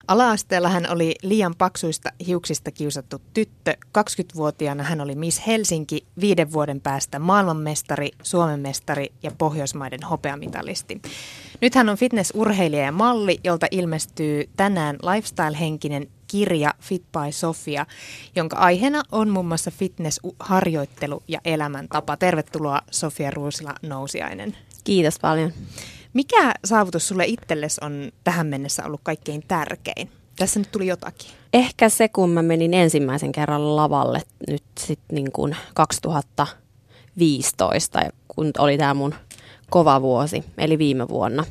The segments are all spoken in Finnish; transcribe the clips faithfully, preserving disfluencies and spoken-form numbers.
Ala-asteella hän oli liian paksuista hiuksista kiusattu tyttö. kaksikymmentävuotiaana hän oli Miss Helsinki, viiden vuoden päästä maailmanmestari, Suomen mestari ja Pohjoismaiden hopeamitalisti. Nyt hän on fitnessurheilija ja malli, jolta ilmestyy tänään lifestyle-henkinen kirja Fit by Sofia, jonka aiheena on muun muassa fitnessharjoittelu ja elämäntapa. Tervetuloa Sofia Ruusila-Nousiainen. Kiitos paljon. Mikä saavutus sulle itsellesi on tähän mennessä ollut kaikkein tärkein? Tässä nyt tuli jotakin. Ehkä se, kun mä menin ensimmäisen kerran lavalle nyt sitten niin kuin kaksituhattaviisitoista, kun oli tämä mun kova vuosi, eli viime vuonna.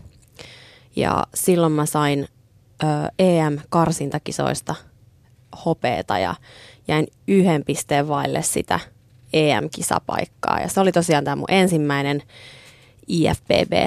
Ja silloin mä sain ö, E M-karsintakisoista hopeeta ja jäin yhden pisteen vaille sitä E M-kisapaikkaa. Ja se oli tosiaan tämä mun ensimmäinen I F B B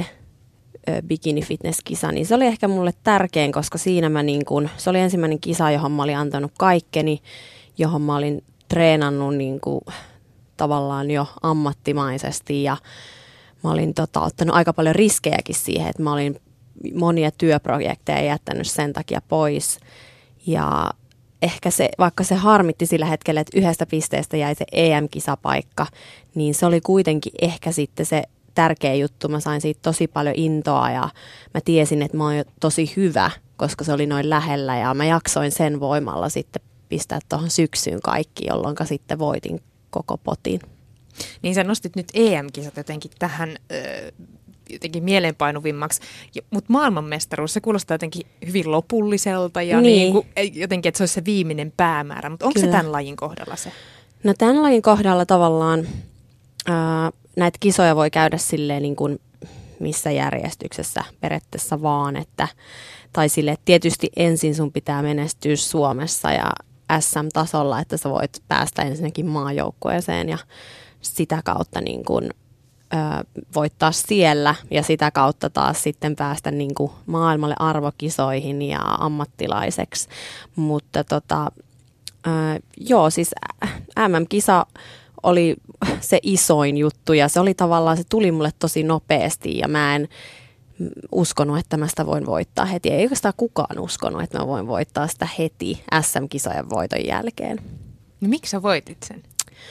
bikini fitness-kisa, niin se oli ehkä mulle tärkein, koska siinä mä niin kun, se oli ensimmäinen kisa, johon mä olin antanut kaikkeni, johon mä olin treenannut niin kuin tavallaan jo ammattimaisesti ja mä olin tota, ottanut aika paljon riskejäkin siihen, että mä olin monia työprojekteja jättänyt sen takia pois ja ehkä se, vaikka se harmitti sillä hetkellä, että yhdestä pisteestä jäi se E M-kisapaikka, niin se oli kuitenkin ehkä sitten se tärkeä juttu. Mä sain siitä tosi paljon intoa ja mä tiesin, että mä oon jo tosi hyvä, koska se oli noin lähellä ja mä jaksoin sen voimalla sitten pistää tuohon syksyyn kaikki, jolloin sitten voitin koko potin. Niin sä nostit nyt E M-kisat jotenkin tähän ö, jotenkin mieleenpainuvimmaksi, mutta maailmanmestaruus, se kuulostaa jotenkin hyvin lopulliselta ja niin. Niin kuin, jotenkin, että se olisi se viimeinen päämäärä, mutta onko Kyllä. se tämän lajin kohdalla se? No tämän lajin kohdalla tavallaan ää, näitä kisoja voi käydä silleen niin kuin missä järjestyksessä periaatteessa vaan, että tai silleen, että tietysti ensin sun pitää menestyä Suomessa ja S M-tasolla, että sä voit päästä ensinnäkin maajoukkueeseen ja sitä kautta niin kuin, ö, voittaa siellä ja sitä kautta taas sitten päästä niin kuin maailmalle arvokisoihin ja ammattilaiseksi, mutta tota, ö, joo siis M M-kisa oli se isoin juttu ja se oli tavallaan, se tuli mulle tosi nopeasti ja mä en uskonut, että mä sitä voin voittaa heti. Ei oikeastaan kukaan uskonut, että mä voin voittaa sitä heti S M-kisojen voiton jälkeen. No miksi sä voitit sen?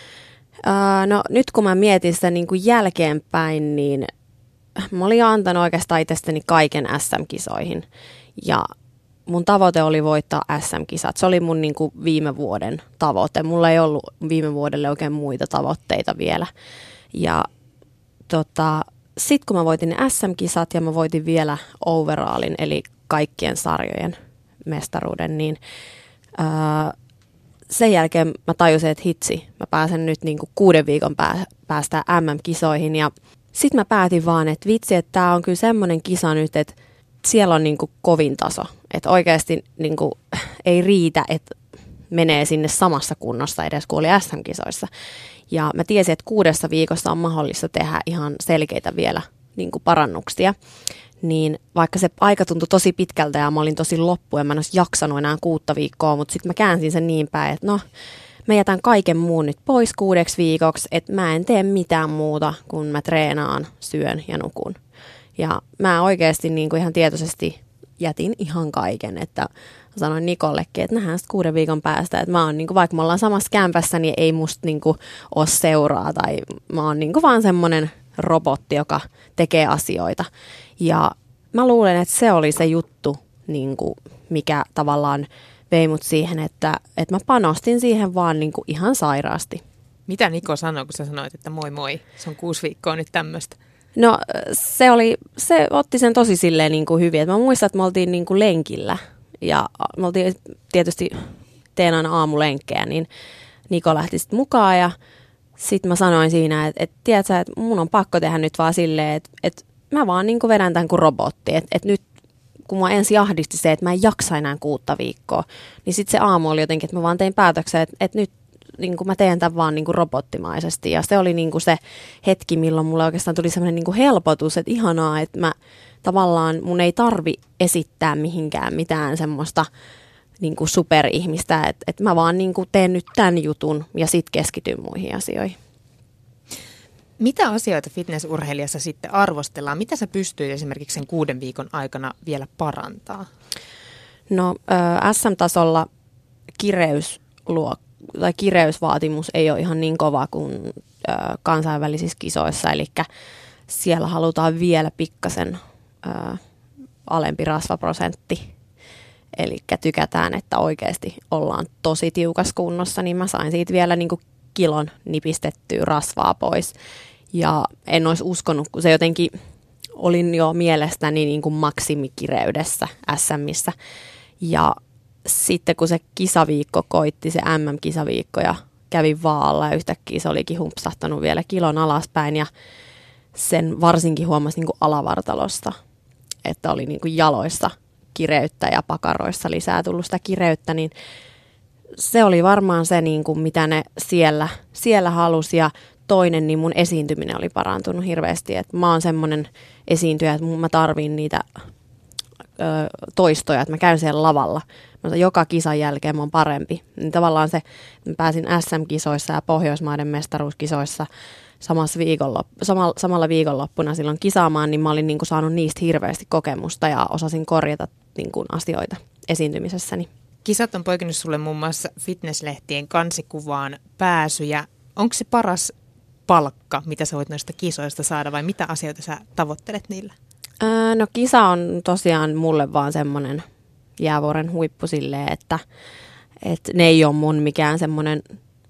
Uh, no nyt kun mä mietin sitä niin kuin jälkeenpäin, niin mä olin antanut oikeastaan itsestäni kaiken S M-kisoihin ja mun tavoite oli voittaa S M-kisat. Se oli mun niin kuin viime vuoden tavoite. Mulla ei ollut viime vuodelle oikein muita tavoitteita vielä. Ja tota, sitten kun mä voitin ne S M-kisat ja mä voitin vielä overallin, eli kaikkien sarjojen mestaruuden, niin ää, sen jälkeen mä tajusin, että hitsi, mä pääsen nyt niin kuin kuuden viikon pää, päästä M M-kisoihin. Ja sitten mä päätin vaan, että vitsi, että tää on kyllä semmoinen kisa nyt, että siellä on niin kuin kovin taso, että oikeasti niin kuin ei riitä, että menee sinne samassa kunnossa edes kuin oli S M-kisoissa. Ja mä tiesin, että kuudessa viikossa on mahdollista tehdä ihan selkeitä vielä niin kuin parannuksia. Niin vaikka se aika tuntui tosi pitkältä ja mä olin tosi loppu ja mä en olisi jaksanut enää kuutta viikkoa, mutta sitten mä käänsin sen niin päin, että no mä jätän kaiken muun nyt pois kuudeksi viikoksi, että mä en tee mitään muuta, kun mä treenaan, syön ja nukun. Ja mä oikeasti niin kuin ihan tietoisesti jätin ihan kaiken, että sanoin Nikollekin, että nähdään sitten kuuden viikon päästä, että mä oon niin kuin, vaikka me ollaan samassa kämpässä, niin ei musta niin kuin ole seuraa tai mä oon niin kuin vaan semmoinen robotti, joka tekee asioita. Ja mä luulen, että se oli se juttu, niin kuin, mikä tavallaan vei mut siihen, että, että mä panostin siihen vaan niin kuin ihan sairaasti. Mitä Niko sanoi, kun sä sanoit, että moi moi, se on kuusi viikkoa nyt tämmöistä? No se, oli, se otti sen tosi silleen niin kuin hyvin. Et mä muistan, että me oltiin niin kuin lenkillä ja me oltiin tietysti teen aina aamulenkkejä, niin Niko lähti sitten mukaan ja sitten mä sanoin siinä, että, että tiedätkö, että mun on pakko tehdä nyt vaan silleen, että, että mä vaan niin kuin vedän tämän kuin robotti. Että, että nyt kun mua ensin ahdisti se, että mä en jaksa enää kuutta viikkoa, niin sitten se aamu oli jotenkin, että mä vaan tein päätöksen, että, että nyt niin kuin mä teen tämän vaan niin kuin robottimaisesti ja se oli niin kuin se hetki, milloin mulla oikeastaan tuli semmoinen niin kuin helpotus, että ihanaa, että mä tavallaan mun ei tarvi esittää mihinkään mitään semmoista niin kuin superihmistä, että, että mä vaan niin kuin teen nyt tämän jutun ja sit keskityn muihin asioihin. Mitä asioita fitnessurheilijassa sitten arvostellaan? Mitä sä pystyy esimerkiksi sen kuuden viikon aikana vielä parantaa? No äs äm-tasolla kireys luo, tai kireysvaatimus ei ole ihan niin kova kuin ö, kansainvälisissä kisoissa, eli siellä halutaan vielä pikkasen ö, alempi rasvaprosentti. Eli tykätään, että oikeasti ollaan tosi tiukassa kunnossa, niin mä sain siitä vielä niin kuin kilon nipistettyä rasvaa pois. Ja en olisi uskonut, kun se jotenkin olin jo mielestäni niin kuin maksimikireydessä äs ämissä. Ja sitten kun se kisaviikko koitti, se äm äm-kisaviikko, ja kävin vaalla ja yhtäkkiä se olikin humpsahtanut vielä kilon alaspäin. Ja sen varsinkin huomasi niin kuin alavartalosta, että oli niin kuin jaloissa kireyttä ja pakaroissa lisää tullut sitä kireyttä, niin se oli varmaan se, niin kuin mitä ne siellä, siellä halusi. Ja toinen, niin mun esiintyminen oli parantunut hirveästi. Et mä oon semmoinen esiintyjä, että mä tarviin niitä ö, toistoja, että mä käyn siellä lavalla. Mä joka kisan jälkeen mä oon parempi. Niin tavallaan se, että mä pääsin äs äm-kisoissa ja Pohjoismaiden mestaruuskisoissa samassa viikonlop- samalla, samalla viikonloppuna silloin kisaamaan, niin mä olin niin kuin saanut niistä hirveästi kokemusta ja osasin korjata niin kuin asioita esiintymisessäni. Kisat on poikinut sulle muun muassa fitnesslehtien kansikuvaan pääsyjä. Onko se paras palkka, mitä sä voit noista kisoista saada, vai mitä asioita sä tavoittelet niillä? Ää, no kisa on tosiaan mulle vaan semmoinen jäävuoren huippu silleen, että, että ne ei ole mun mikään semmoinen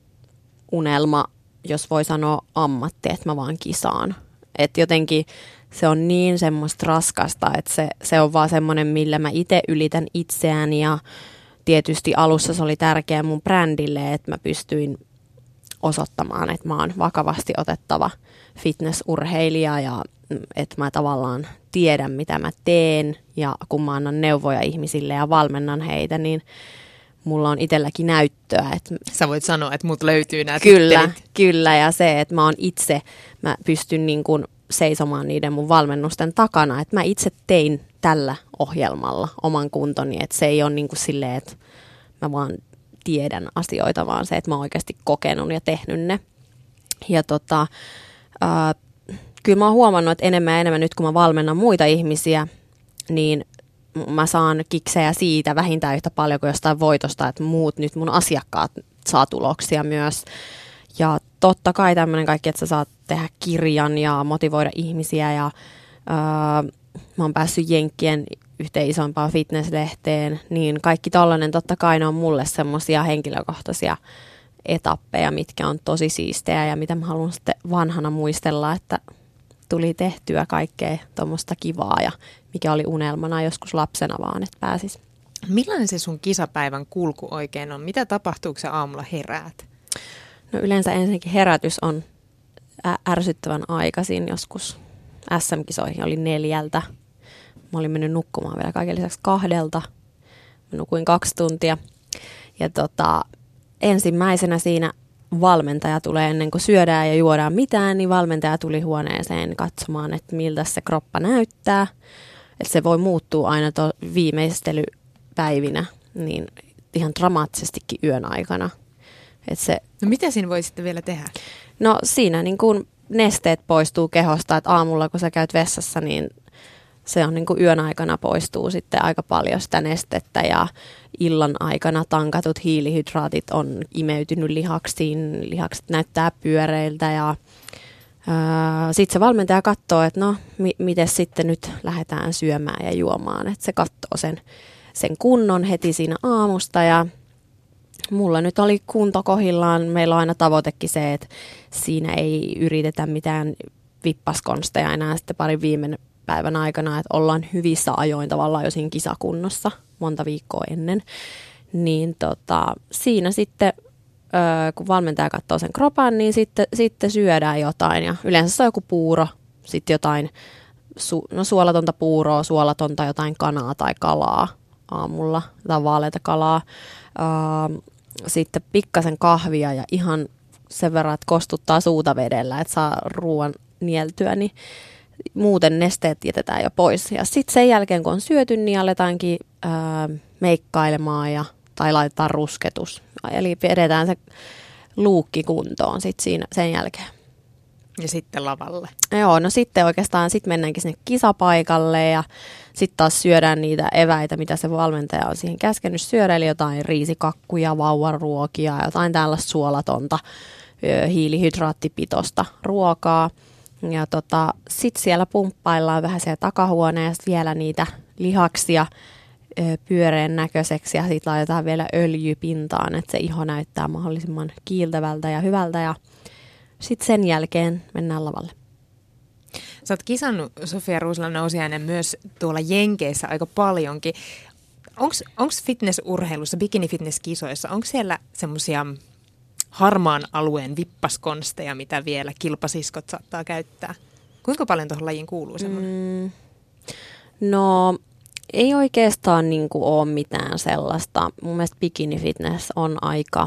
unelma, jos voi sanoa ammatti, että mä vaan kisaan. Että jotenkin se on niin semmoista raskasta, että se, se on vaan semmoinen, millä mä itse ylitän itseäni, ja tietysti alussa se oli tärkeä mun brändille, että mä pystyin osoittamaan, että mä oon vakavasti otettava fitnessurheilija ja että mä tavallaan tiedän, mitä mä teen, ja kun mä annan neuvoja ihmisille ja valmennan heitä, niin mulla on itselläkin näyttöä. Että sä voit sanoa, että mut löytyy nämä Kyllä, tittelit. kyllä, ja se, että mä oon itse, mä pystyn niin kuin seisomaan niiden mun valmennusten takana, että mä itse tein tällä ohjelmalla oman kuntoni, että se ei ole niin kuin silleen, että mä vaan tiedän asioita, vaan se, että mä oon oikeasti kokenut ja tehnyt ne. Ja tota, äh, kyllä mä oon huomannut, että enemmän ja enemmän nyt, kun mä valmennan muita ihmisiä, niin mä saan kiksejä siitä vähintään yhtä paljon kuin jostain voitosta, että muut nyt mun asiakkaat saa tuloksia myös. Ja totta kai tämmöinen kaikki, että sä saat tehdä kirjan ja motivoida ihmisiä, ja öö, mä oon päässyt Jenkkien yhteen isompaan fitnesslehteen, niin kaikki tollainen totta kai ne on mulle semmoisia henkilökohtaisia etappeja, mitkä on tosi siistejä ja mitä mä haluan sitten vanhana muistella, että tuli tehtyä kaikkea tuommoista kivaa ja mikä oli unelmana joskus lapsena vaan, että pääsis. Millainen se sun kisapäivän kulku oikein on? Mitä tapahtuu, kun sä aamulla heräät? No yleensä ensinnäkin herätys on ä- ärsyttävän aikaisin, joskus äs äm-kisoihin oli neljältä. Mä olin mennyt nukkumaan vielä kaiken lisäksi kahdelta. Mä nukuin kaksi tuntia. Ja tota, ensimmäisenä siinä valmentaja tulee ennen kuin syödään ja juodaan mitään, niin valmentaja tuli huoneeseen katsomaan, että miltä se kroppa näyttää. Että se voi muuttua aina to viimeistelypäivinä niin ihan dramaattisestikin yön aikana. Että se, no mitä siinä voi sitten vielä tehdä? No siinä niin kun nesteet poistuu kehosta, että aamulla kun sä käyt vessassa, niin se on niin kuin yön aikana poistuu sitten aika paljon sitä nestettä, ja illan aikana tankatut hiilihydraatit on imeytynyt lihaksiin, lihakset näyttää pyöreiltä, ja sitten se valmentaja katsoo, että no mi- miten sitten nyt lähdetään syömään ja juomaan, että se katsoo sen, sen kunnon heti siinä aamusta, ja mulla nyt oli kunto kohillaan. Meillä on aina tavoitekin se, että siinä ei yritetä mitään vippaskonsteja enää sitten parin viime päivän aikana, että ollaan hyvissä ajoin tavallaan jo siinä kisakunnossa monta viikkoa ennen. Niin tota, siinä sitten, öö, kun valmentaja katsoo sen kropan, niin sitten, sitten syödään jotain. Ja yleensä se on joku puuro, sitten jotain su- no suolatonta puuroa, suolatonta jotain kanaa tai kalaa aamulla, tai vaaleita kalaa. Öö, sitten pikkasen kahvia ja ihan sen verran, että kostuttaa suuta vedellä, että saa ruoan nieltyä, niin muuten nesteet jätetään jo pois. Ja sitten sen jälkeen, kun on syöty, niin aletaankin ää, meikkailemaan ja, tai laitetaan rusketus. Eli vedetään se luukki kuntoon sitten siinä, sen jälkeen. Ja sitten lavalle. Joo, no sitten oikeastaan sit mennäänkin sinne kisapaikalle ja sitten taas syödään niitä eväitä, mitä se valmentaja on siihen käskenyt syödä, eli jotain riisikakkuja, vauvaruokia, jotain tällaista suolatonta, hiilihydraattipitoista ruokaa. Ja tota, sitten siellä pumppaillaan vähän siellä takahuoneessa vielä niitä lihaksia pyöreän näköiseksi ja sitten laitetaan vielä öljy pintaan, että se iho näyttää mahdollisimman kiiltävältä ja hyvältä ja sitten sen jälkeen mennään lavalle. Sä oot kisannut, Sofia Ruusala-Nousiainen, myös tuolla Jenkeissä aika paljonkin. Onko fitnessurheilussa, bikini-fitnesskisoissa, onko siellä semmoisia harmaan alueen vippaskonsteja, mitä vielä kilpasiskot saattaa käyttää? Kuinka paljon tuohon lajiin kuuluu semmoinen? Mm, no ei oikeastaan niin kuin ole mitään sellaista. Mun mielestä bikini-fitness on aika,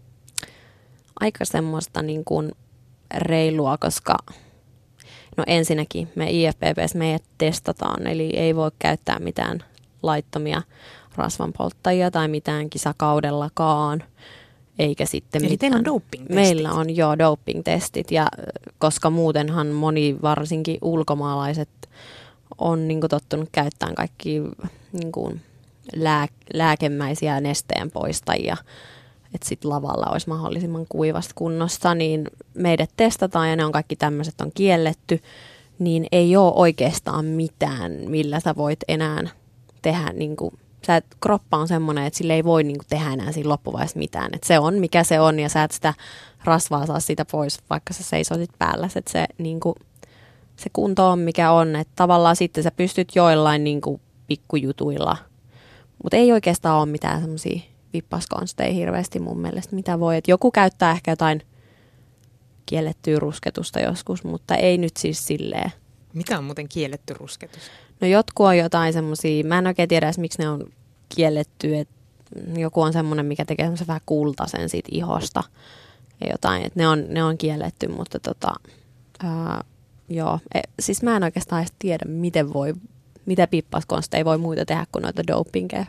aika semmoista niin kuin reilua, koska no ensinnäkin me I F B B:ssä meidät testataan, eli ei voi käyttää mitään laittomia rasvanpolttajia tai mitään kisakaudellakaan, eikä sitten eli mitään. teillä on doping-testit? Meillä on jo doping-testit, ja koska muutenhan moni, varsinkin ulkomaalaiset, on niin kuin tottunut käyttämään kaikki niin kuin lää, lääkemäisiä nesteen poistajia, että sitten lavalla olisi mahdollisimman kuivasta kunnossa, niin meidät testataan ja ne on kaikki tämmöiset on kielletty, niin ei ole oikeastaan mitään, millä sä voit enää tehdä, niin kuin, sä et, kroppa on semmoinen, että sille ei voi niin kuin, tehdä enää siinä loppuvaiheessa mitään, että se on mikä se on ja sä et sitä rasvaa saa siitä pois, vaikka sä seisotit päällä, että se, niin kuin, se kunto on mikä on, että tavallaan sitten sä pystyt joillain niin kuin, pikkujutuilla, mutta ei oikeastaan ole mitään semmoisia vippaskonsteja hirveästi mun mielestä, mitä voi. Et joku käyttää ehkä jotain kiellettyä rusketusta joskus, mutta ei nyt siis silleen. Mitä on muuten kielletty rusketus? No jotkut on jotain semmosia, mä en oikein tiedä edes miksi ne on kielletty, että joku on semmoinen, mikä tekee semmoisen vähän kultaisen siitä ihosta ja jotain, että ne on, ne on kielletty, mutta tota, ää, joo, e, siis mä en oikeastaan edes tiedä, miten voi, mitä vippaskonsteja voi muita tehdä kuin noita dopingeja.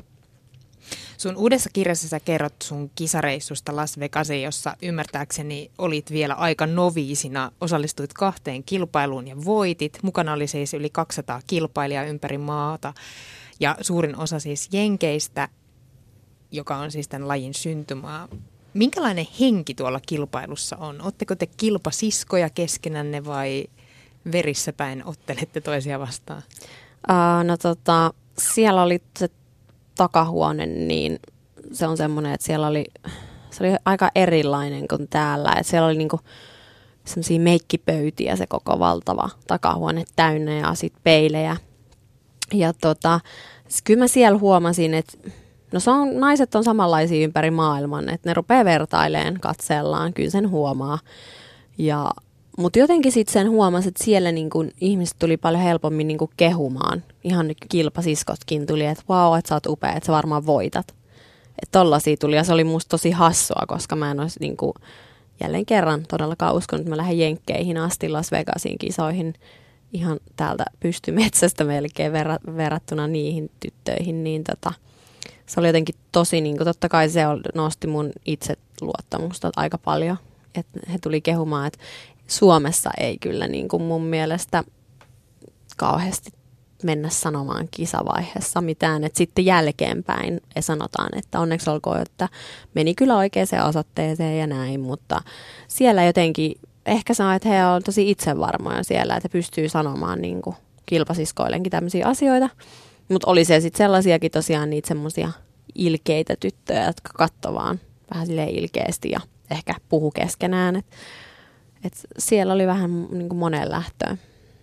Sun uudessa kirjassa sä kerrot sun kisareissusta Las Vegasiin, jossa ymmärtääkseni olit vielä aika noviisina, osallistuit kahteen kilpailuun ja voitit. Mukana oli siis yli kaksisataa kilpailijaa ympäri maata ja suurin osa siis Jenkeistä, joka on siis tämän lajin syntymaa. Minkälainen henki tuolla kilpailussa on? Ootteko te kilpasiskoja keskenänne vai verissä päin ottelette toisia vastaan? Uh, no tota, siellä oli se takahuone, niin se on semmoinen, että siellä oli, se oli aika erilainen kuin täällä. Että siellä oli niinku semmoisia meikkipöytiä se koko valtava takahuone täynnä ja sitten peilejä. Ja tota, kyllä mä siellä huomasin, että no se on, naiset on samanlaisia ympäri maailman, että ne rupeaa vertailemaan katsellaan, kyllä sen huomaa. Ja mutta jotenkin sitten sen huomasi, että siellä niinku ihmiset tuli paljon helpommin niinku kehumaan. Ihan kilpasiskotkin tuli, että vau, wow, että sä oot upea, että sä varmaan voitat. Että tollasia tuli ja se oli musta tosi hassua, koska mä en olisi niinku, jälleen kerran todellakaan uskonut, että mä lähden Jenkkeihin asti Las Vegasiin kisoihin ihan täältä pystymetsästä melkein verra- verrattuna niihin tyttöihin. Niin tota, se oli jotenkin tosi, niinku, totta kai se nosti mun itseluottamusta aika paljon. Että he tuli kehumaan, että Suomessa ei kyllä niin kuin mun mielestä kauheasti mennä sanomaan kisavaiheessa mitään. Et sitten jälkeenpäin sanotaan, että onneksi olkoon, että meni kyllä oikeaan osoitteeseen ja näin, mutta siellä jotenkin ehkä sanoo, että he on tosi itsevarmoja siellä, että pystyy sanomaan niin kuin kilpasiskoillenkin tämmöisiä asioita. Mutta oli se sitten sellaisiakin tosiaan niitä semmoisia ilkeitä tyttöjä, jotka katsoi vaan vähän silleen ilkeästi ja ehkä puhu keskenään, että et siellä oli vähän niin kuin monen lähtöön.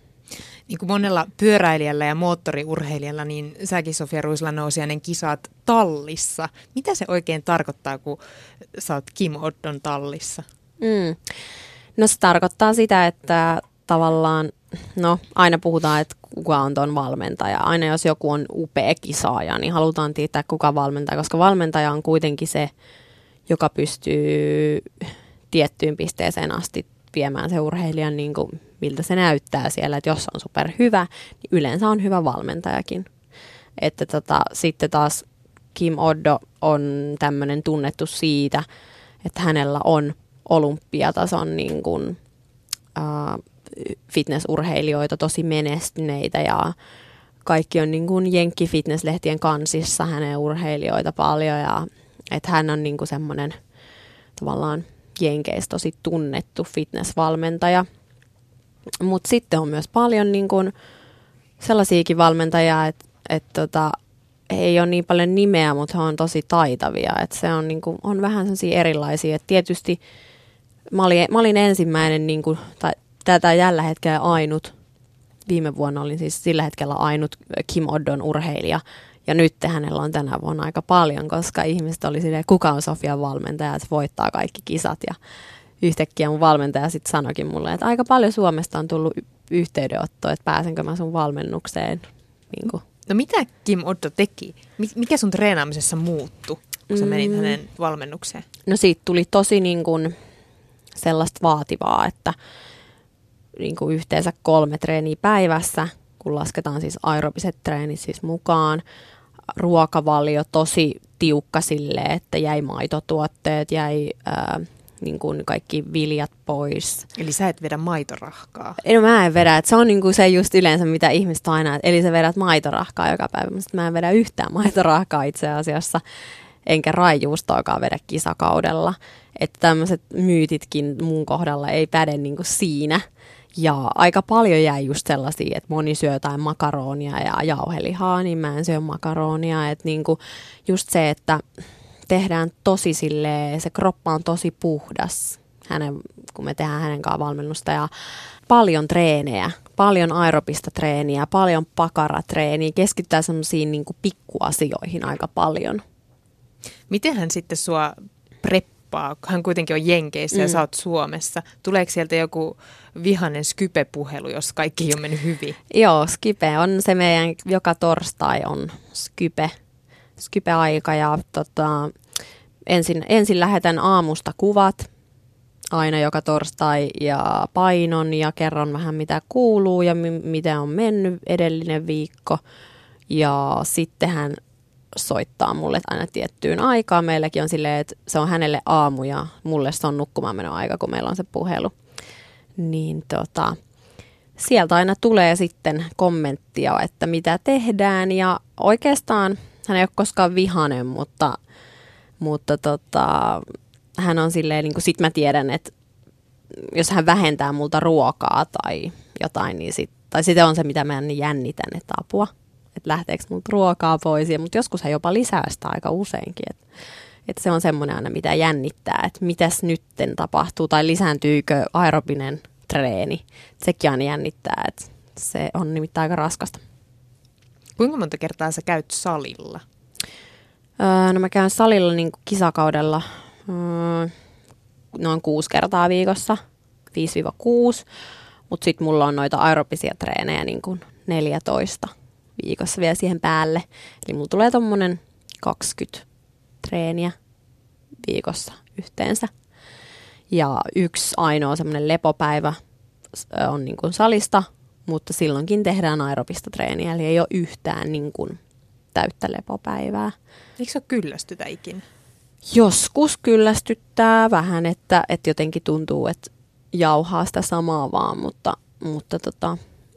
Niin kuin monella pyöräilijällä ja moottoriurheilijalla, niin säkin, Sofia Ruusala-Nousiainen, kisaat tallissa. Mitä se oikein tarkoittaa, kun sä oot Kim Oddon tallissa? Mm. No se tarkoittaa sitä, että tavallaan, no aina puhutaan, että kuka on ton valmentaja. Aina jos joku on upea kisaaja, niin halutaan tietää kuka valmentaja, koska valmentaja on kuitenkin se, joka pystyy tiettyyn pisteeseen asti viemään se urheilijan, niin kuin, miltä se näyttää siellä. Että jos on superhyvä, niin yleensä on hyvä valmentajakin. Että tota, sitten taas Kim Oddo on tämmöinen tunnettu siitä, että hänellä on olympiatason niin kuin, äh, fitnessurheilijoita, tosi menestyneitä ja kaikki on niin kuin Jenkki-fitnesslehtien kansissa hänen urheilijoita paljon ja että hän on niin kuin semmoinen tavallaan Jenkeissä tosi tunnettu fitnessvalmentaja. Mutta sitten on myös paljon niin kuin sellaisiakin valmentajia, että et tota, ei ole niin paljon nimeä, mutta he on tosi taitavia. Et se on, niin kuin, on vähän sellaisia erilaisia. Et tietysti mä olin, mä olin ensimmäinen, niin kuin, tai tätä tällä hetkellä ainut, viime vuonna olin siis sillä hetkellä ainut Kim Oddon urheilija. Ja nyt hänellä on tänä vuonna aika paljon, koska ihmiset oli silleen, kuka on Sofian valmentaja, että voittaa kaikki kisat. Ja yhtäkkiä mun valmentaja sitten sanoikin mulle, että aika paljon Suomesta on tullut yhteydenottoa, että pääsenkö mä sun valmennukseen. Niin kuin. No mitä Kim Oddo teki? Mikä sun treenaamisessa muuttui, kun sä menit mm. hänen valmennukseen? No siitä tuli tosi niin kuin sellaista vaativaa, että niin kuin yhteensä kolme treeniä päivässä, kun lasketaan siis aerobiset treenit siis mukaan. Ruokavalio tosi tiukka silleen, että jäi maitotuotteet, jäi ää, niin kuin kaikki viljat pois. Eli sä et vedä maitorahkaa? No mä en vedä, että se on niin kuin se just yleensä mitä ihmiset aina, että eli sä vedät maitorahkaa joka päivä, mutta mä en vedä yhtään maitorahkaa itse asiassa, enkä raijuustoakaan vedä kisakaudella. Että tämmöiset myytitkin mun kohdalla ei päde niin kuin siinä. Ja aika paljon jäi just sellaisia, että moni syö jotain makaronia ja jauhelihaa, niin mä en syö makaronia. Että niinku just se, että tehdään tosi silleen, se kroppa on tosi puhdas, hänen, kun me tehdään hänen kanssaan valmennusta. Ja paljon treenejä, paljon aerobista treeniä, paljon pakaratreeniä, keskittää semmoisiin niinku pikkuasioihin aika paljon. Miten hän sitten sua preppaa? Hän kuitenkin on Jenkeissä ja mm. sä oot Suomessa. Tuleeko sieltä joku vihainen Skype-puhelu, jos kaikki ei ole mennyt hyvin? Joo, Skype on se meidän, joka torstai on Skype, Skype-aika ja tota, ensin, ensin lähetän aamusta kuvat aina joka torstai ja painon ja kerron vähän mitä kuuluu ja mi- miten on mennyt edellinen viikko ja sitten hän soittaa mulle aina tiettyyn aikaan. Meilläkin on silleen, että se on hänelle aamu ja mulle se on nukkumaanmenoaika, kun meillä on se puhelu. Niin tota, sieltä aina tulee sitten kommenttia, että mitä tehdään ja oikeastaan hän ei ole koskaan vihainen, mutta, mutta tota, hän on silleen, niin kuin sit mä tiedän, että jos hän vähentää multa ruokaa tai jotain, niin sit, tai sitten on se, mitä mä jännitän, että apua. Että lähteekö multa ruokaa pois, ja, mutta joskus hän jopa lisää sitä aika useinkin. Että et se on semmoinen aina, mitä jännittää, että mitäs nytten tapahtuu, tai lisääntyykö aerobinen treeni. Sekin aina jännittää, että se on nimittäin aika raskasta. Kuinka monta kertaa sä käyt salilla? Öö, no mä käyn salilla niin kuin kisakaudella öö, noin kuusi kertaa viikossa, viisi kuusi, mutta sitten mulla on noita aerobisia treenejä niin kuin neljätoista viikossa vielä siihen päälle. Eli mulla tulee tommonen kaksikymmentä treeniä viikossa yhteensä. Ja yksi ainoa semmoinen lepopäivä on niin kuin salista, mutta silloinkin tehdään aerobista treeniä, eli ei ole yhtään niin kuin täyttä lepopäivää. Eikö se ole kyllästytä ikinä? Joskus kyllästyttää vähän, että, että jotenkin tuntuu, että jauhaa sitä samaa vaan, mutta, mutta tota,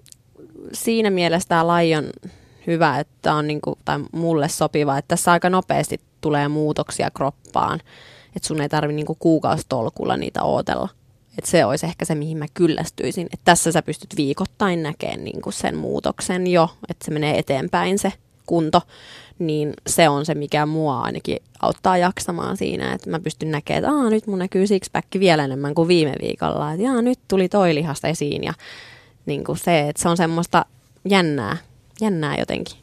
siinä mielessä tämä laji on hyvä, että on niinku, tai mulle sopiva, että tässä aika nopeasti tulee muutoksia kroppaan, että sun ei tarvitse niinku kuukausitolkulla niitä ootella. Että se olisi ehkä se, mihin mä kyllästyisin. Että tässä sä pystyt viikoittain näkemään niinku sen muutoksen jo, että se menee eteenpäin se kunto, niin se on se, mikä mua ainakin auttaa jaksamaan siinä, että mä pystyn näkemään, että Aa, nyt mun näkyy sixpack vielä enemmän kuin viime viikolla, että jaa, nyt tuli toi lihasta esiin ja niin kuin se, että se on semmoista jännää, jännää jotenkin.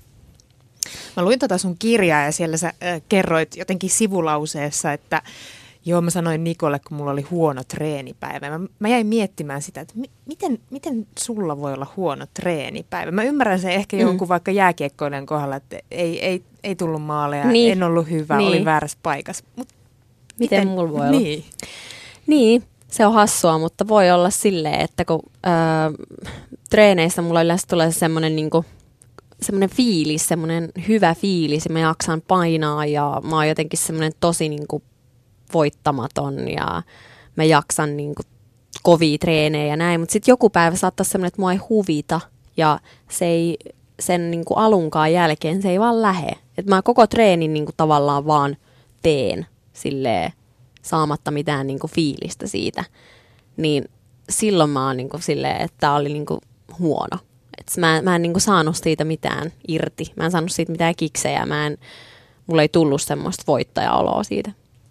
Mä luin tota sun kirjaa ja siellä sä äh, kerroit jotenkin sivulauseessa, että joo, mä sanoin Nikolle, kun mulla oli huono treenipäivä. Mä, mä jäin miettimään sitä, että mi- miten, miten sulla voi olla huono treenipäivä? Mä ymmärrän sen ehkä jonkun mm. vaikka jääkiekkoilijan kohdalla, että ei, ei, ei tullut maaleja, niin. en ollut hyvä, niin. oli väärässä paikassa. Mut miten, miten mulla voi olla? Niin. niin, se on hassua, mutta voi olla silleen, että kun öö, treeneissä mulla yleensä tulee semmoinen niinku, semmoinen fiilis, semmoinen hyvä fiilis, ja mä jaksan painaa, ja mä oon jotenkin semmoinen tosi niinku voittamaton ja mä jaksan niin kuin kovia treenejä ja näin, mutta sitten joku päivä saattaa semmoinen, että mua ei huvita ja se ei, sen niin kuin alunkaan jälkeen se ei vaan lähe. Että mä koko treenin niin kuin tavallaan vaan teen silleen saamatta mitään niin kuin fiilistä siitä. Niin silloin mä oon niin kuin silleen, että tää oli niin kuin huono. Et mä, mä en niin kuin saanut siitä mitään irti. Mä en saanut siitä mitään kiksejä. Mä en, mulla ei tullut semmoista voittajaoloa siitä.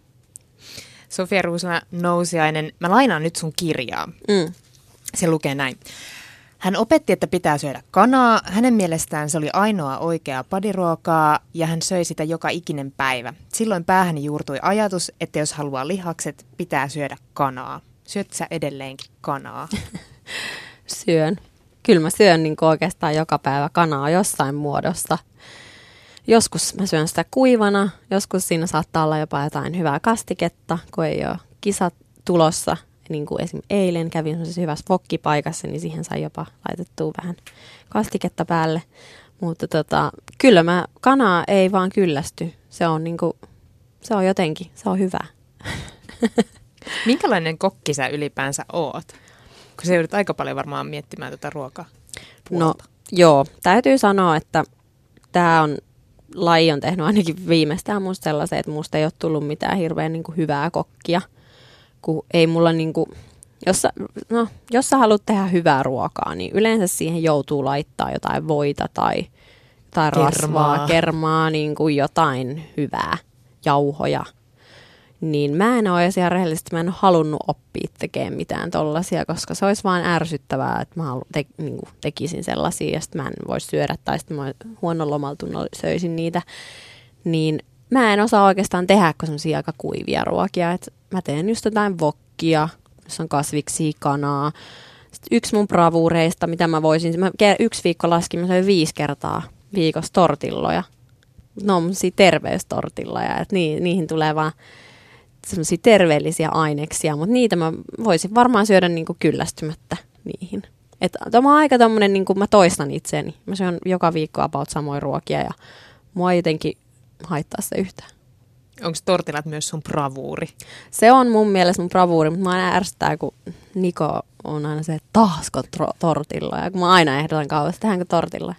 Sofia Ruusala Nousiainen, mä lainaan nyt sun kirjaa. Mm. Se lukee näin. Hän opetti, että pitää syödä kanaa. Hänen mielestään se oli ainoa oikeaa padiruokaa ja hän söi sitä joka ikinen päivä. Silloin päähäni juurtui ajatus, että jos haluaa lihakset, pitää syödä kanaa. Syöt sä edelleenkin kanaa? Syön. Kyllä mä syön niin oikeastaan joka päivä kanaa jossain muodossa. Joskus mä syön sitä kuivana, joskus siinä saattaa olla jopa jotain hyvää kastiketta, kun ei ole kisat tulossa. Niin kuin esimerkiksi eilen kävin sellaisessa hyvässä wokkipaikassa, niin siihen sai jopa laitettua vähän kastiketta päälle. Mutta tota, kyllä mä, kanaa ei vaan kyllästy. Se on, niin kuin, se on jotenkin, se on hyvä. Minkälainen kokki sä ylipäänsä oot? Kun sä joudut aika paljon varmaan miettimään tätä ruokaa. No joo, täytyy sanoa, että tämä on, laji on tehnyt ainakin viimeistään musta sellaisen, että musta ei ole tullut mitään hirveän niin kuin hyvää kokkia. Kun ei mulla niinku, jos sä, no, jos sä haluat tehdä hyvää ruokaa, niin yleensä siihen joutuu laittaa jotain voita tai jotain kermaa. rasvaa, kermaa, niin kuin jotain hyvää, jauhoja. Niin mä en ole ihan rehellisesti, mä en ole halunnut oppia tekemään mitään tollaisia, koska se olisi vaan ärsyttävää, että mä halu, te, niin kuin tekisin sellaisia ja sitten mä en voisi syödä tai sitten mä huonon lomaltunnolla söisin niitä. Niin mä en osaa oikeastaan tehdä kuin semmosia aika kuivia ruokia, että mä teen just jotain wokkia, jossa on kasviksia, kanaa. Sitten yksi mun bravuureista, mitä mä voisin, mä yksi viikko laskin, mä söin viisi kertaa viikossa tortilloja. Ne on semmosia terveystortilloja, että ni, niihin tulee vaan semmosia terveellisiä aineksia, mutta niitä mä voisin varmaan syödä niinku kyllästymättä niihin. Että tämä on aika tommonen, niin kuin mä toistan itseäni. Mä syön joka viikko about samoja ruokia ja mua ei jotenkin haittaa se yhtään. Onko tortillat myös sun bravuuri? Se on mun mielestä mun bravuuri, mutta mä aina ärsyttää, kun Niko on aina se, että taasko tro- tortilloja. Kun mä aina ehdotan kauas, tehdäänkö tortilloja?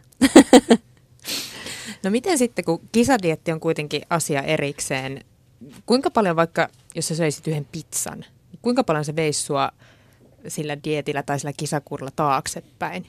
No miten sitten, kun kisadietti on kuitenkin asia erikseen, kuinka paljon vaikka, jos sä söisit yhden pizzan, kuinka paljon se veisi sua sillä dietillä tai sillä kisakurilla taaksepäin?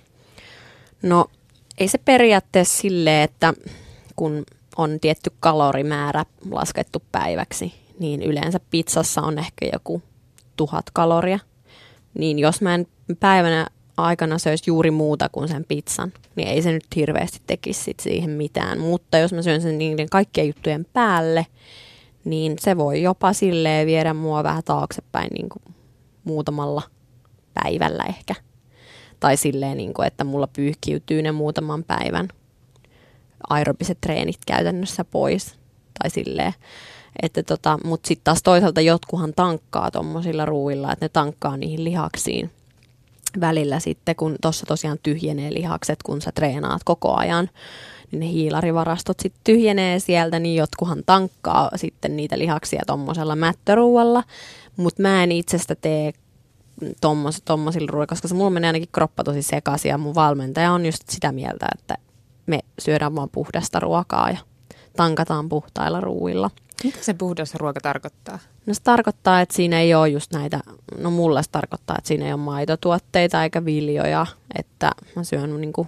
No ei se periaatteessa silleen, että kun on tietty kalorimäärä laskettu päiväksi, niin yleensä pizzassa on ehkä joku tuhat kaloria. Niin jos mä en päivänä aikana söisi juuri muuta kuin sen pizzan, niin ei se nyt hirveästi tekisi sit siihen mitään. Mutta jos mä syön sen niiden kaikkien juttujen päälle, niin se voi jopa silleen viedä mua vähän taaksepäin niin kuin muutamalla päivällä ehkä. Tai silleen, niin kuin, että mulla pyyhkiytyy ne muutaman päivän aerobiset treenit käytännössä pois. Tai silleen. Että tota, mutta sitten taas toisaalta jotkuhan tankkaa tommosilla ruuilla, että ne tankkaa niihin lihaksiin välillä sitten, kun tuossa tosiaan tyhjenee lihakset, kun sä treenaat koko ajan, niin ne hiilarivarastot sitten tyhjenee sieltä, niin jotkuhan tankkaa sitten niitä lihaksia tommosella mättöruualla, mutta mä en itsestä tee tommos, tommosilla ruuilla, koska se mulla menee ainakin kroppa tosi sekaisin ja mun valmentaja on just sitä mieltä, että me syödään vaan puhdasta ruokaa ja tankataan puhtailla ruuilla. Mitä se puhdas ruoka tarkoittaa? No se tarkoittaa, että siinä ei ole just näitä, no mulle se tarkoittaa, että siinä ei ole maitotuotteita eikä viljoja, että mä syön niinku,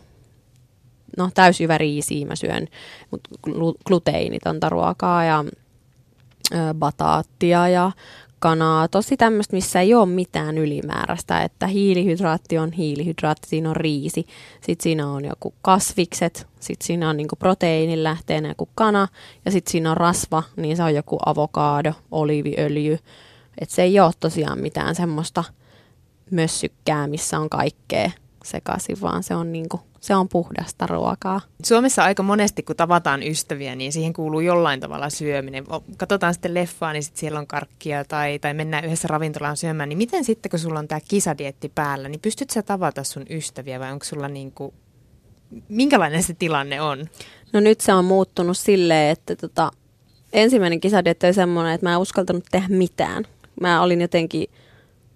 no täysjyväriisiä mä syön, mutta gluteinitonta ruokaa ja ö, bataattia ja kanaa, tosi tämmöistä, missä ei ole mitään ylimääräistä, että hiilihydraatti on hiilihydraatti, siinä on riisi, sitten siinä on joku kasvikset, sitten siinä on niinku proteiinilähteenä joku kana ja sitten siinä on rasva, niin se on joku avokaado, oliiviöljy, että se ei ole tosiaan mitään semmoista mössykkää, missä on kaikkea sekaisin, vaan se on, niinku, se on puhdasta ruokaa. Suomessa aika monesti, kun tavataan ystäviä, niin siihen kuuluu jollain tavalla syöminen. Katsotaan sitten leffaa, niin sitten siellä on karkkia tai, tai mennään yhdessä ravintolaan syömään. Niin miten sitten, kun sulla on tämä kisadietti päällä, niin pystytkö sä tavata sun ystäviä vai onko sulla niinku, minkälainen se tilanne on? No nyt se on muuttunut silleen, että tota, ensimmäinen kisadietti oli semmoinen, että mä en uskaltanut tehdä mitään. Mä olin jotenkin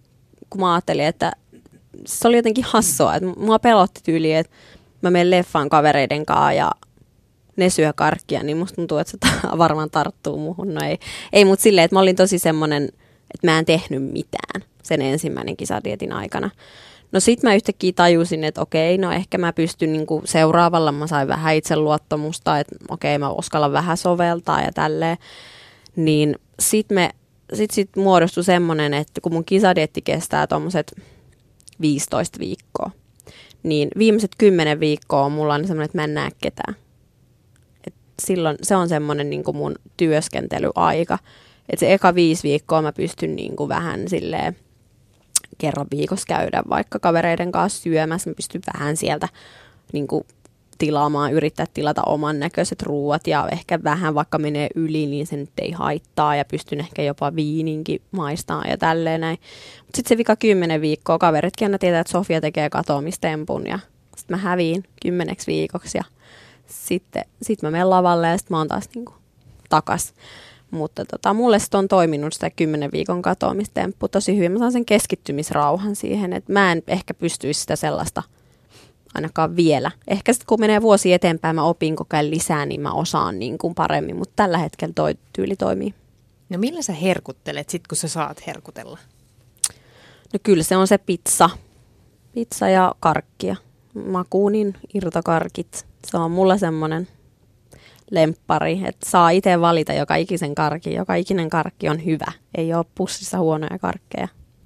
kun mä ajattelin, että se oli jotenkin hassua, että mua pelotti tyyli, että mä menen leffaan kavereiden kanssa ja ne syö karkkia, niin musta tuntuu, että se varmaan tarttuu muhun. No ei, ei mutta silleen, että mä olin tosi semmoinen, että mä en tehnyt mitään sen ensimmäinen kisadietin aikana. No sit mä yhtäkkiä tajusin, että okei, no ehkä mä pystyn niinku seuraavalla, mä sain vähän itseluottamusta, että okei, mä uskallan vähän soveltaa ja tälleen. Niin sit me, sit, sit muodostui semmonen, että kun mun kisadietti kestää tommoset viisitoista viikkoa, niin viimeiset kymmenen viikkoa mulla on semmoinen, että mä en näe ketään. Et silloin se on semmoinen niin kuin mun työskentelyaika. Että se eka viisi viikkoa mä pystyn niin kuin vähän silleen kerran viikossa käydä vaikka kavereiden kanssa syömässä. Mä pystyn vähän sieltä niin kuin tilaamaan, yrittää tilata oman näköiset ruuat ja ehkä vähän vaikka menee yli, niin se nyt ei haittaa ja pystyn ehkä jopa viininkin maistamaan ja tälleen näin. Mutta sitten se vika kymmenen viikkoa, kaveritkin aina tietää, että Sofia tekee katoamistempun ja sitten mä häviin kymmeneksi viikoksi ja sitten sit mä menen lavalle ja sitten mä oon taas niinku takas. Mutta tota, mulle sit on toiminut sitä kymmenen viikon katoamistemppu tosi hyvin. Mä saan sen keskittymisrauhan siihen, että mä en ehkä pystyisi sitä sellaista ainakaan vielä. Ehkä sitten kun menee vuosi eteenpäin, mä opin koko ajan lisää, niin mä osaan niin kuin paremmin, mutta tällä hetkellä toi tyyli toimii. No millä sä herkuttelet sit, kun sä saat herkutella? No kyllä se on se pizza. Pizza ja karkkia. Makuunin irtokarkit. Se on mulla semmoinen lemppari, että saa itse valita joka ikisen karkin. Joka ikinen karkki on hyvä. Ei ole pussissa huonoja karkkeja.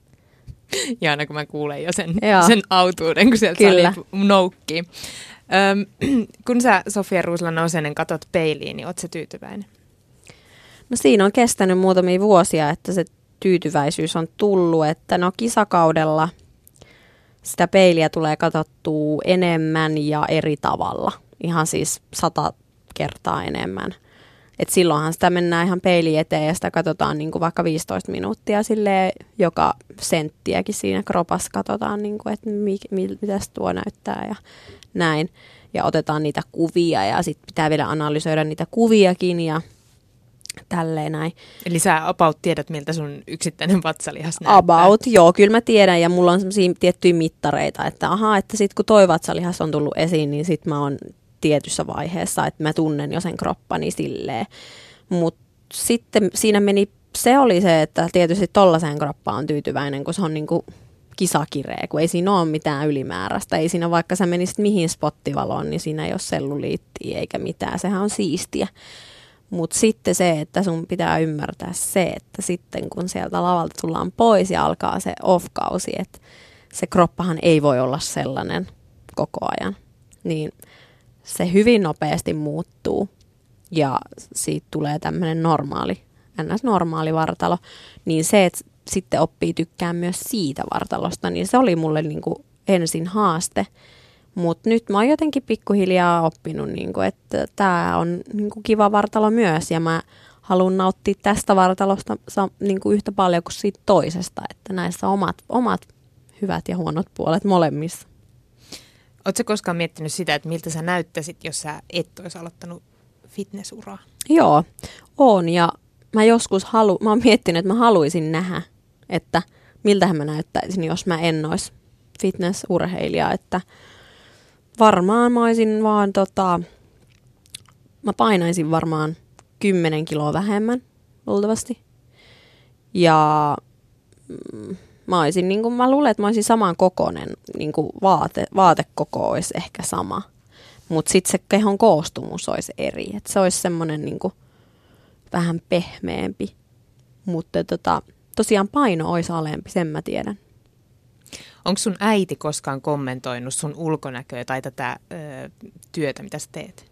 Ja aina kun mä kuulen jo sen, sen autuuden, kun sieltä salit noukkii. Öm, kun sä, Sofia Ruusala-Nousenen, katot peiliin, niin oot sä tyytyväinen? No siinä on kestänyt muutamia vuosia, että se tyytyväisyys on tullut. Että no kisakaudella sitä peiliä tulee katsottua enemmän ja eri tavalla. Ihan siis sata kertaa enemmän. Et silloinhan sitä mennään ihan peili eteen ja sitä katsotaan niinku vaikka viisitoista minuuttia silleen, joka senttiäkin siinä kropassa katsotaan, niinku, että mi, mi, mitäs tuo näyttää ja näin. Ja otetaan niitä kuvia ja sitten pitää vielä analysoida niitä kuviakin ja tälleen näin. Eli sä about tiedät, miltä sun yksittäinen vatsalihas näyttää? About, joo, kyllä mä tiedän ja mulla on semmosia tiettyjä mittareita, että ahaa, että sit kun toi vatsalihas on tullut esiin, niin sit mä oon tietyssä vaiheessa, että mä tunnen jo sen kroppani silleen. Mutta sitten siinä meni, se oli se, että tietysti tollaiseen kroppaan on tyytyväinen, kun se on niinku kisakireä, kun ei siinä ole mitään ylimääräistä. Ei siinä, vaikka sä menisit mihin spottivaloon, niin siinä ei ole selluliittiä eikä mitään. Sehän on siistiä. Mutta sitten se, että sun pitää ymmärtää se, että sitten kun sieltä lavalta tullaan pois ja alkaa se off-kausi, että se kroppahan ei voi olla sellainen koko ajan. Niin se hyvin nopeasti muuttuu ja siitä tulee tämmöinen normaali, ns-normaali vartalo. Niin se, että sitten oppii tykkään myös siitä vartalosta, niin se oli mulle niinku ensin haaste. Mutta nyt mä oon jotenkin pikkuhiljaa oppinut, niinku, että tää on niinku kiva vartalo myös ja mä haluan nauttia tästä vartalosta niinku yhtä paljon kuin siitä toisesta. Että näissä omat, omat hyvät ja huonot puolet molemmissa. Ootko koskaan miettinyt sitä, että miltä sä näyttäisit, jos sä et olisi aloittanut fitnessuraa? Joo, oon ja mä joskus halu, mä oon miettinyt, että mä haluaisin nähdä, että miltähän mä näyttäisin, jos mä en olisi fitnessurheilija, että varmaan mä olisin vaan tota, mä painaisin varmaan kymmenen kiloa vähemmän luultavasti ja mm, mä olisin, niin kuin mä luulen, että mä olisin saman kokoinen, niin kuin vaate, vaatekoko olisi ehkä sama, mutta sitten se kehon koostumus olisi eri, että se olisi semmoinen niin kuin vähän pehmeämpi, mutta tota, tosiaan paino olisi alempi, sen mä tiedän. Onko sun äiti koskaan kommentoinut sun ulkonäköä tai tätä ö, työtä, mitä sä teet?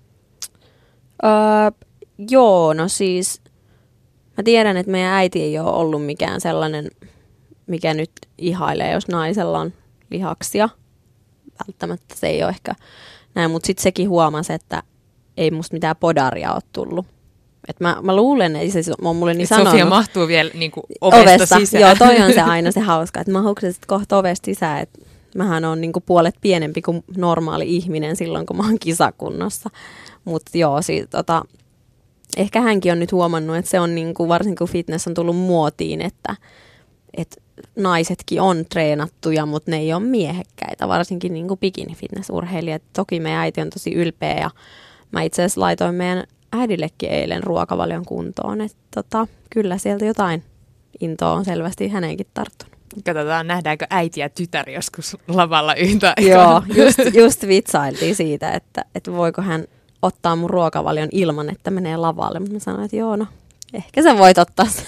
Öö, joo, no siis mä tiedän, että meidän äiti ei ole ollut mikään sellainen, mikä nyt ihailee, jos naisella on lihaksia. Välttämättä se ei ole ehkä näin, mutta sitten sekin huomasi, että ei musta mitään podaria ole tullut. Et mä, mä luulen, että se on mulle niin sanonut. Sofia mahtuu vielä niinku ovesta, ovesta sisään. Joo, toi on se aina se hauska, että mä huksin sitten kohta ovesta sisään, että mähän on niinku puolet pienempi kuin normaali ihminen silloin, kun mä oon kisakunnossa. Mutta joo, siis, tota, ehkä hänkin on nyt huomannut, että se on niinku, varsinkin kun fitness on tullut muotiin, että et naisetkin on treenattuja, mutta ne ei ole miehekkäitä, varsinkin niin kuin bikini-fitness-urheilijat. Toki meidän äiti on tosi ylpeä ja mä itse asiassa laitoin meidän äidillekin eilen ruokavalion kuntoon, että tota, kyllä sieltä jotain intoa on selvästi hänenkin tarttunut. Katsotaan, nähdäänkö äiti ja tytär joskus lavalla yhtä aikaa. Joo, just, just vitsailtiin siitä, että, että voiko hän ottaa mun ruokavalion ilman, että menee lavalle. Mutta mä sanoin, että joo, no ehkä sä voit ottaa sen.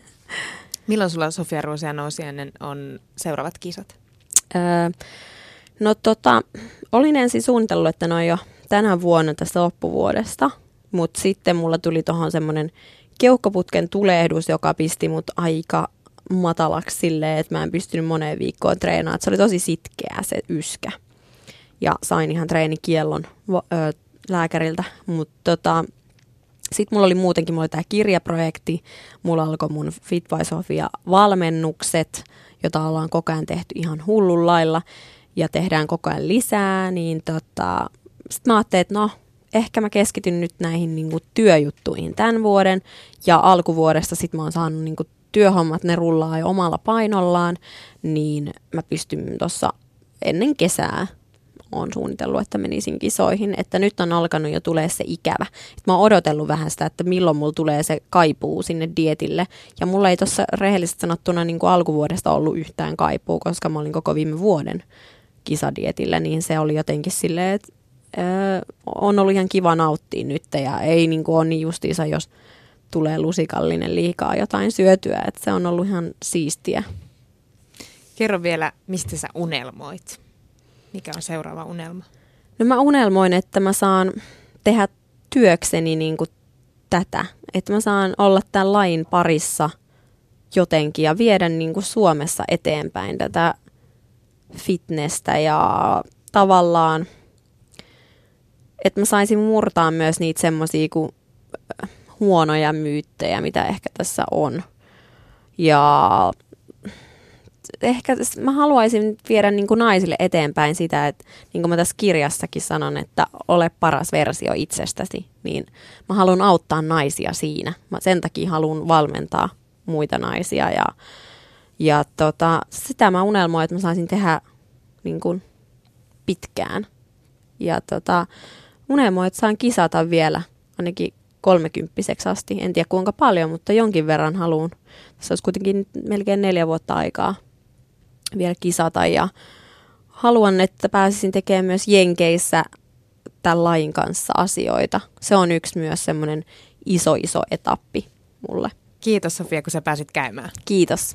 Milloin sulla, Sofia Ruusia Nousiainen, on seuraavat kisat? Öö, no tota, olin ensin suunnitellut, että ne on jo tänä vuonna tästä loppuvuodesta, mutta sitten mulla tuli tuohon semmoinen keuhkoputken tulehdus, joka pisti mut aika matalaksi silleen, että mä en pystynyt moneen viikkoon treenaamaan. Se oli tosi sitkeä se yskä ja sain ihan treenikiellon ö, lääkäriltä, mutta tota, sitten mulla oli muutenkin, mulla oli tämä kirjaprojekti, mulla alkoi mun Fit by Sofia valmennukset, jota ollaan koko ajan tehty ihan hullun lailla ja tehdään koko ajan lisää, niin tota, sitten mä ajattelin, että no, ehkä mä keskityn nyt näihin niinku työjuttuihin tämän vuoden ja alkuvuodesta sitten mä oon saanut niinku työhommat, ne rullaa jo omalla painollaan, niin mä pystyn tuossa ennen kesää olen suunnitellut, että menisin kisoihin, että nyt on alkanut jo tulee se ikävä. Et mä oon odotellut vähän sitä, että milloin mulla tulee se kaipuu sinne dietille. Ja mulla ei tuossa rehellisesti sanottuna niin kuin alkuvuodesta ollut yhtään kaipuu, koska mä olin koko viime vuoden kisadietillä, niin se oli jotenkin silleen, että öö, on ollut ihan kiva nauttia nyt ja ei niin kuin ole niin justiinsa, jos tulee lusikallinen liikaa jotain syötyä, että se on ollut ihan siistiä. Kerro vielä, mistä sä unelmoit? Mikä on seuraava unelma? No mä unelmoin, että mä saan tehdä työkseni niin kuin tätä. Että mä saan olla tämän lain parissa jotenkin ja viedä niin kuin Suomessa eteenpäin tätä fitnessä ja tavallaan, että mä saisin murtaa myös niitä semmoisia kuin huonoja myyttejä, mitä ehkä tässä on. Ja ehkä mä haluaisin viedä niin kuin naisille eteenpäin sitä, että niin kuin mä tässä kirjassakin sanon, että ole paras versio itsestäsi, niin mä haluan auttaa naisia siinä. Mä sen takia haluan valmentaa muita naisia ja, ja tota, sitä mä unelmoin, että mä saisin tehdä niin kuin pitkään. Ja tota, unelmoin, että saan kisata vielä ainakin kolmekymppiseksi asti. En tiedä kuinka paljon, mutta jonkin verran haluan. Tässä olisi kuitenkin melkein neljä vuotta aikaa vielä kisata ja haluan, että pääsisin tekemään myös Jenkeissä tämän lajin kanssa asioita. Se on yksi myös semmoinen iso, iso etappi mulle. Kiitos Sofia, kun sä pääsit käymään. Kiitos.